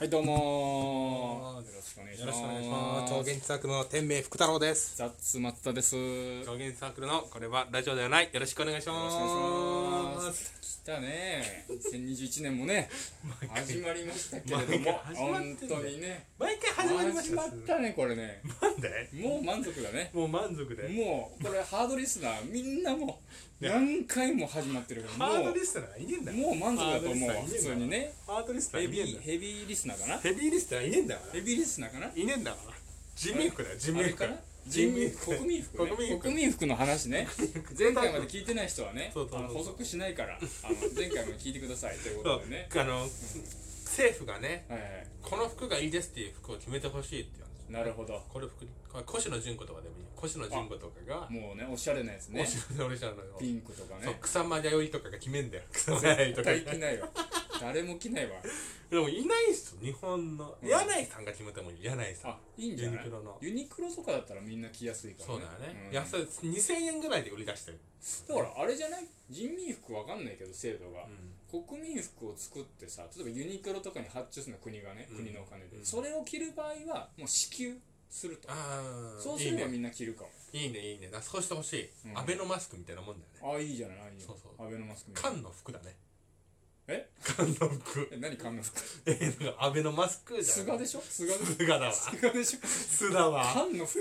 はい、どうもよろしくお願いしよろしくお願いしまます。超現実サークルの天命福太郎です。 雑松田です。よ超現実サークルのこれはラジオではない。よろしくお願いします。 ろしくお願いします。来たね。2021年もね始まりましたけれども、本当にね毎回始まりました。 始まったねこれね。 なんで？ もう満足だね。 もう満足で。 もうこれハードリスナーみんなもう何回も始まってるからハードリスナーいねえんだよ。 もう満足だと思うわ。普通にね。 ハードリスナーいねえんだよ。 ヘビーリスナーかな。 ヘビーリスナーいねえんだよ。 ヘビーリスナーかな。 いねえんだから。人民服だよ。人民服かな。国民服ね。国民服の話ね。前回まで聞いてない人はね、補足しないから前回まで聞いてくださいということでね。 政府がね、この服がいいですっていう服を決めてほしいって言うんです。 なるほど。 これ越野純子とかでもいい。越野純子とかがもうねおしゃれなやつね。 おしゃれなの。 ピンクとかね。 草間弥生とかが決めんだよ。草間弥生とか。 絶対着ないわ。誰も着ないわ。 でもいないっすよ日本の。柳井さんが決めてもいい。柳井さん。 いいんじゃない。ユニクロとかだったらみんな着やすいからね。 そうだよね。安い2000円ぐらいで売り出してる。 だからあれじゃない。人民服わかんないけど制度が。国民服を作ってさ、例えばユニクロとかに発注するの国がね、国のお金で、それを着る場合はもう支給すると。そうすればみんな着るかも。 いいねいいね。そうしてほしい。アベノマスクみたいなもんだよね。 いいじゃない。 そうそう。 アベノマスクみたいな。 缶の服だね。 缶の服。 何缶の服。 アベノマスクじゃん。 菅でしょ。菅だわ。 菅でしょ。 菅だわ。 缶の服。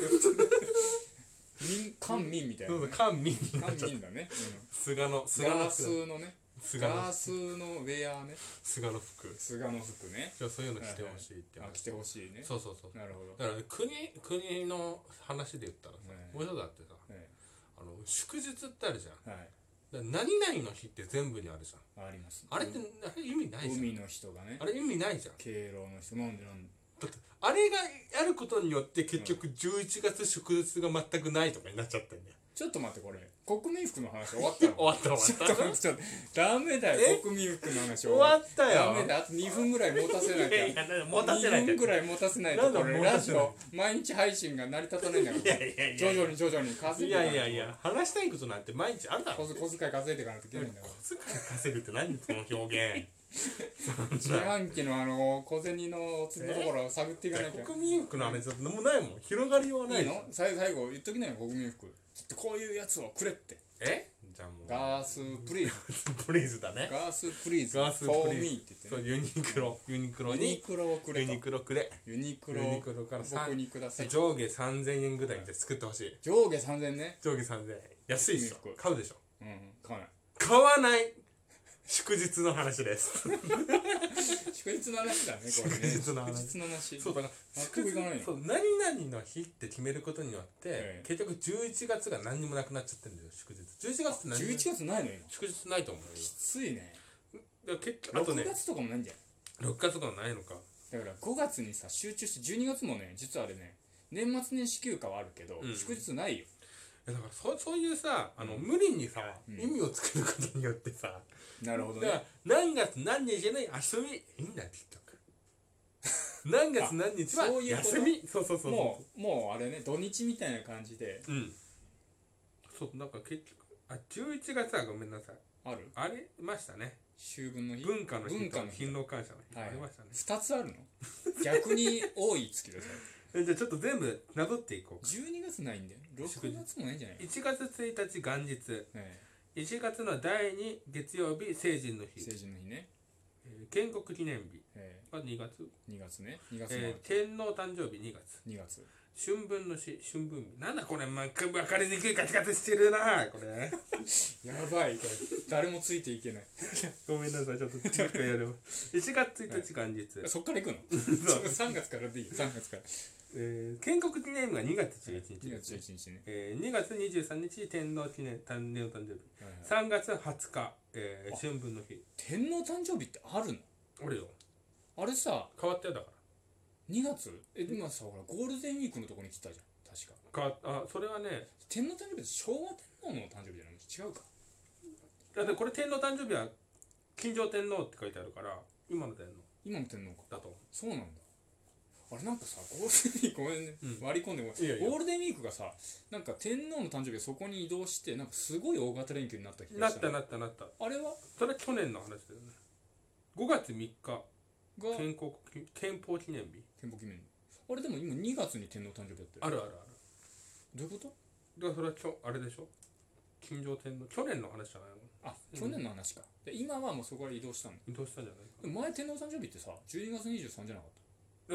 官民みたいな。 官民だね。 菅の菅のね。ガースのウェアね。 菅の服ね。そういうの着てほしいって着てほしいね。 そうなるほど。だから国の話で言ったらさ、もう一つだってさ、祝日ってあるじゃん。何々の日って全部にあるじゃん。 あります。 あれって意味ないじゃん。 海の人がね。 あれ意味ないじゃん。 敬老の人なんでだってあれがあることによって結局11月祝日が全くないとかになっちゃってんだよ。 ちょっと待って、これ国民服の話終わったの？ 終わったちょっとダメだよ。国民服の話終わったよ。 ダメだ。あと2分ぐらい持たせないと。2分ぐらい持たせないとこれラジオ毎日配信が成り立たないんだから。徐々に稼いで。 いや話したいことなんて毎日あるだろ。 小遣い稼いでいかないといけないんだから。 小遣い稼ぐって何その表現。 自販機の小銭のつのところを探っていかないと。 国民服の話だって何もないもん。広がりようないの。 最後言っときなよ。国民服こういうやつをくれって。 じゃあもうガースプリーズプリーズだね。 ガースプリーズガースプリーズ for me って言ってね。 ユニクロをくれ。 ユニクロくれ。 ユニクロから僕にください。 上下3000円ぐらいで作ってほしい。 上下3000円ね。 上下3000円安いっしょ。買うでしょ。買わない祝日の話です。 祝日の話だねこれね。祝日の話。 そうだから祝日何々の日って決めることによって結局11月が何にもなくなっちゃってるんだよ。祝日11月って何 ？11月ないの今。 祝日ないと思うよ。 きついね。 6 月とかもないんじゃん。 6月とかもないのか。 だから5月にさ集中して12月もね実はあれね年末年始休暇はあるけど祝日ないよ。 だからそういうさ無理にさ意味をつけることによってさ。 なるほどね。 何月何日じゃない遊びいいんだ結局。何月何日は休み。そうもうあれね土日みたいな感じで。 そうなんか結局11月はごめんなさいありましたね。 秋分の日文化の日と勤労感謝の日ありましたね。 2つあるの？逆に多い月だよ。 じゃあちょっと全部なぞっていこうか。 12月ないんだよ。6月もないんじゃない？ 1月1日元日、1月の第2月曜日成人の日。 成人の日ね。 建国記念日は2月。 2月ね。 天皇誕生日2月。春分の日、春分日。なんだこれ、分かりにくいカチカチしてるなこれ。 やばいこれ。誰もついていけない。 ごめんなさい、ちょっともう一回やる。1月1日元日。 そっから行くの？3月からでいいよ。3月から。 建国記念日が2月11日。 2月11日ね。 2月23日天皇誕生日。3月20日、春分の日。 天皇誕生日ってあるの？ あるよ。あれさ変わったよだから。 2月？今さほらゴールデンウィークのとこに来たじゃん確か。それはね天皇誕生日って昭和天皇の誕生日じゃない？違うか。 だってこれ天皇誕生日は金城天皇って書いてあるから今の天皇かだと。 そうなんだ。あれなんかさゴールデンウィークごめんね、割り込んでもゴールデンウィークがさなんか天皇の誕生日がそこに移動してなんかすごい大型連休になった気がした。 なった。 あれはそれは去年の話だよね。5月3日が憲法記念日。 憲法記念日。あれでも今2月に天皇誕生日やってる。 あるあるある。 どういうこと？ だからそれはあれでしょ、金城天皇、去年の話じゃないの？ あ、去年の話か。で今はもうそこから移動したの。 移動したんじゃないか。 前天皇誕生日ってさ12月23じゃなかった？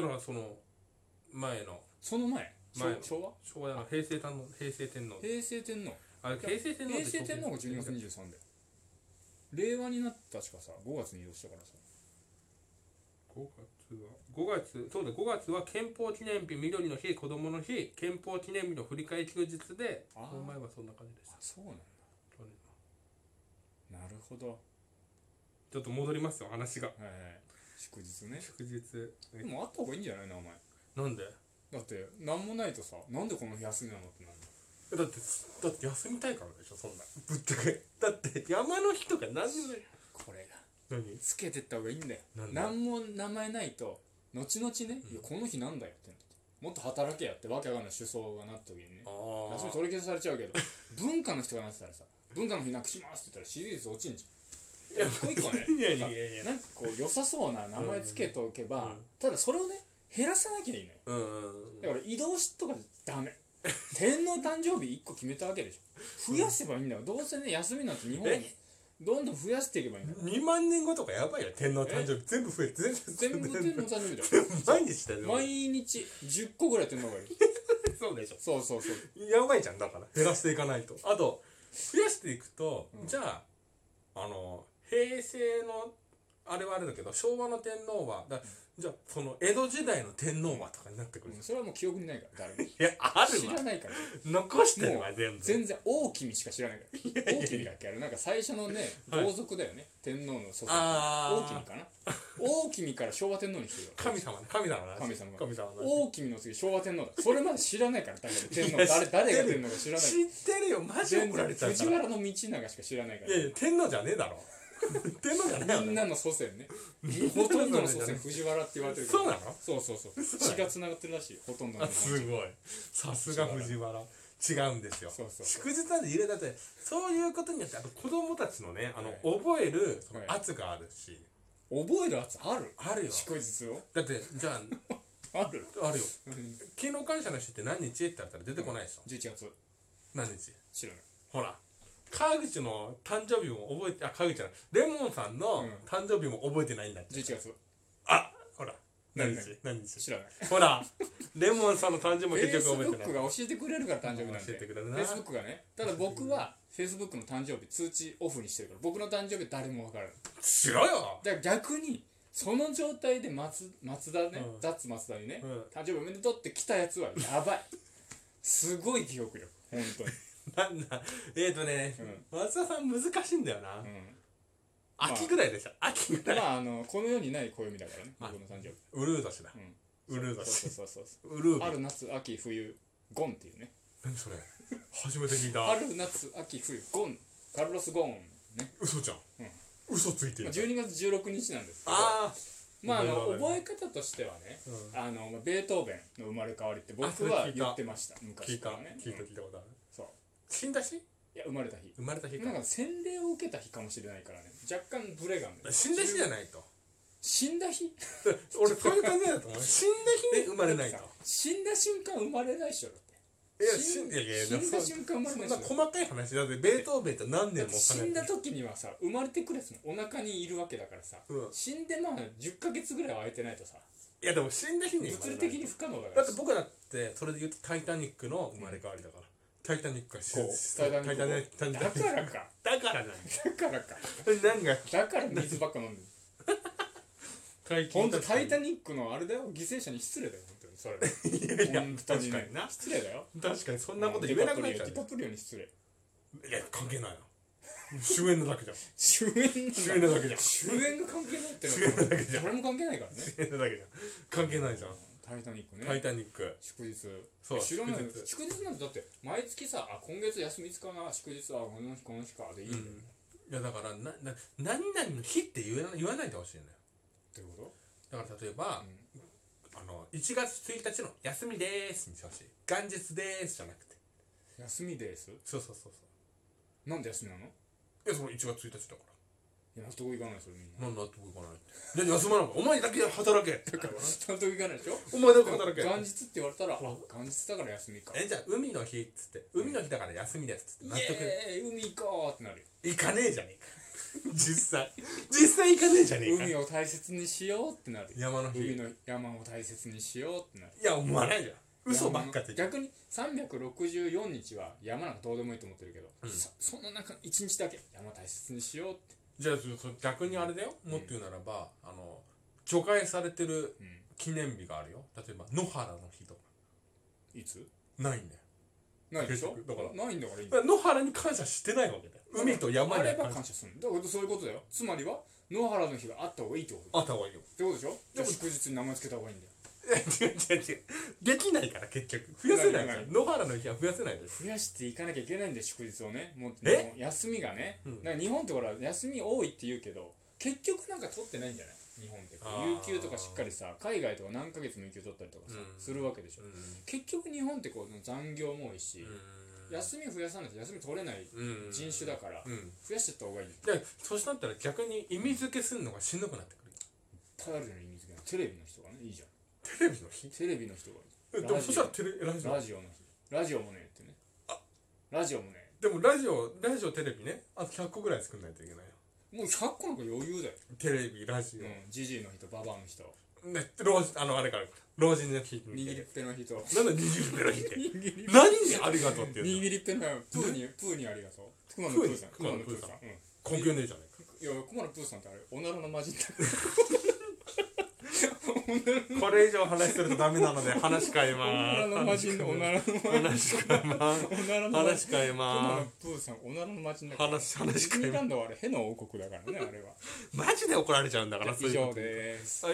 だからその前のその前昭和の平成天皇。平成天皇あれ平成天皇が12月23で、令和になった確かさ5月に移動したからさ。 5月そうだ、5月は憲法記念日、緑の日、子供の日、憲法記念日の振り替え休日で、この前はそんな感じでした。 そうなんだ。なるほど。 ちょっと戻りますよ話が。 祝日ね。 祝日でもあった方がいいんじゃない名前。 なんで？ だって何もないとさ、なんでこの日休みなのってなるの。だって休みたいからでしょ、そんなぶっちゃけ。だって山の日とか何にもない。 これがつけてった方がいいんだよ。 なんで？ 何も名前ないと後々ね、いやこの日なんだよってもっと働けやってわけわかんない首相がなった時にね、休み取り消されちゃうけど文化の人がなってたらさ、文化の日なくしますって言ったら支持率落ちんじゃん。一個ねなんかこう良さそうな名前つけておけば、ただそれをね減らさなきゃいいのよ。だから移動とかダメ。天皇誕生日1個決めたわけでしょ。増やせばいいんだよ。どうせね休みなんて日本にどんどん増やしていけばいいんだよ。 2万年後とかやばいよ、天皇誕生日全部増えて全部天皇誕生日だよ。 毎日だよ。 毎日10個ぐらい天皇がいる。 そうでしょ。 そうやばいじゃん。だから減らしていかないと。あと増やしていくと、じゃあ平成のあれはあれだけど、昭和の天皇はじゃあその江戸時代の天皇はとかになってくる。 それはもう記憶にないから誰も。 いやあるわ。 知らないから。 残してるわ全然大君しか知らないから。大君だっけあれ、なんか最初のね豪族だよね、天皇の祖先。大君かな。大君から昭和天皇にしてる。 神様大君の次昭和天皇だ。それまで知らないから。天皇誰が天皇か知らない。 知ってるよ、マジで怒られたから。 藤原道長しか知らないから。 いや天皇じゃねえだろ。天皇じゃないよ。 みんなの祖先ね。ほとんどの祖先藤原って言われてるけど。 そうなの？ そう血が繋がってるらしい。ほとんどの。 すごい。さすが藤原。違うんですよ。祝日なんで入れだって、そういうことによってあと子供たちのね覚える圧があるし。 覚える圧あるよ。祝日を。 だってじゃああるよ。勤労感謝の日って何日って言ったら出てこないでしょ。 11月。 何日？ 知らない。 ほら。川口の誕生日も覚えて、川口じゃない、レモンさんの誕生日も覚えてないんだって。 11月。 ほら。何日知らない。 ほら。レモンさんの誕生日も結局覚えてない。 Facebook が教えてくれるから誕生日なんで。 教えてくれるな。 Facebook がね。ただ僕は Facebook の誕生日通知オフにしてるから、僕の誕生日誰も分からない。 しろよ。 だから逆にその状態で松田ね、脱松田にね、誕生日おめでとうって来たやつはやばい。すごい記憶力、本当に。 なんだ松田さん難しいんだよな。秋ぐらいでしょ。秋ぐらい。 この世にない暦だからね、僕の誕生日。 ウルー年だ。ウルー年。 そうウルー。 春夏秋冬ゴンっていうね。 何それ。初めて聞いた。 春夏秋冬ゴン、カルロスゴーンね。 嘘じゃん。嘘ついてる。 12月16日なんですけど。覚え方としてはね、ベートーベンの生まれ変わりって僕は言ってました。昔からね。 聞いたことある。そう。死んだ日？ いや、生まれた日。 なんか洗礼を受けた日かもしれないからね。若干ブレがある。 死んだ日じゃないと。 死んだ日？ 俺そういう感じだと思う。死んだ日に生まれないと。 死んだ瞬間生まれないっしょだって。死んだ瞬間生まれないっしょ。 そんな細かい話だって。ベートーベンって何年も死んだ時にはさ、生まれてくるやつもお腹にいるわけだからさ、死んで10ヶ月ぐらいは空いてないとさ。 いやでも死んだ日に物理的に不可能だから。 だって僕だってそれで言うとタイタニックの生まれ変わりだから。タイタニックがだからか。 だから何がだから水ばっか飲んでる。ほんとタイタニックのあれだよ、犠牲者に失礼だよ、本当にそれ。 いや確かにな。 失礼だよ。 確かにそんなこと言えなくなっちゃう。 ディカプリオに失礼。 いや関係ないよ。主演のだけじゃん。 主演のだけじゃん。 主演が関係ないってのは誰も関係ないからね。 主演のだけじゃん。関係ないじゃん。 タイタニックね。 タイタニック。 祝日。 そう。 知らない。祝日なんてだって毎月さ、今月休み5日な、祝日はこの日かでいいんだよ。 いやだから何々の日って言わないでほしいんだよ。 どういうこと？だから例えば1月1日の休みでーすにしてほしい。元日でーすじゃなくて。 休みです。 そう。 なんで休みなの？ いやその1月1日だかいや納得いかないですよみんな。 なんで納得いかないって。じゃあ休まないのか、お前だけ働けだから納得いかないでしょ。 お前だけ働け。 元日って言われたら、あ、元日だから休みか。 じゃあ海の日っつって、海の日だから休みですっつって納得。 イエーイ海行こうってなるよ。 行かねえじゃねえか実際行かねえじゃねえか。 海を大切にしようってなる。 山の日、 海の山を大切にしようってなる。 いや思わないじゃん、嘘ばっかって。 逆に364日は山なんかどうでもいいと思ってるけど、その中1日だけ山大切にしようって。 じゃあ逆にあれだよ、もっと言うならば、除外されてる記念日があるよ。例えば野原の日とか。 いつ？ ないんだよ。 ないでしょ。 だからないんだからいい。 野原に感謝してないわけだよ。海と山にあれば感謝する。だからそういうことだよ。つまりは野原の日があった方がいいってこと。 あった方がいいよってことでしょ。じゃあ祝日に名前つけた方がいいんだよ。 違うできないから結局増やせないから。野原の日は増やせないです。 増やしていかなきゃいけないんで祝日をね。もう休みがね、だから日本ってほら休み多いって言うけど結局なんか取ってないんじゃない日本って。有給とかしっかりさ、海外とか何ヶ月も有給取ったりとかさ、するわけでしょ。結局日本ってこう残業も多いし、休み増やさないと休み取れない人種だから増やしていった方がいい。 でそうしたら逆に意味付けするのがしんどくなってくる。 いっぱいあるじゃん意味付け。テレビの人がねいいじゃん。 テレビの日？ テレビの人がいい。 でもそしたらラジオの日。ラジオもねってね。ラジオもね。 でもラジオテレビね、あと100個ぐらい作んないといけないよ。 もう100個なんか余裕だよ。 テレビラジオ、 ジジイの人ババアの人ね、あれから老人の日、 握りっぺの人。 なんで握りっぺの日って何にありがとうって言うの？ 握りっぺのプーにありがとう。熊野プーさん。 熊野プーさん根拠ねえじゃねえか。 いや熊野プーさんってあれおならの魔人だ。 これ以上話するとダメなので話変えまーす。おならの魔人の話変えます。話変えます。 プーさんおならの魔人だ。 話変えます。 ディズニーランドはあれヘの王国だからねあれは。 マジで怒られちゃうんだから。 以上です。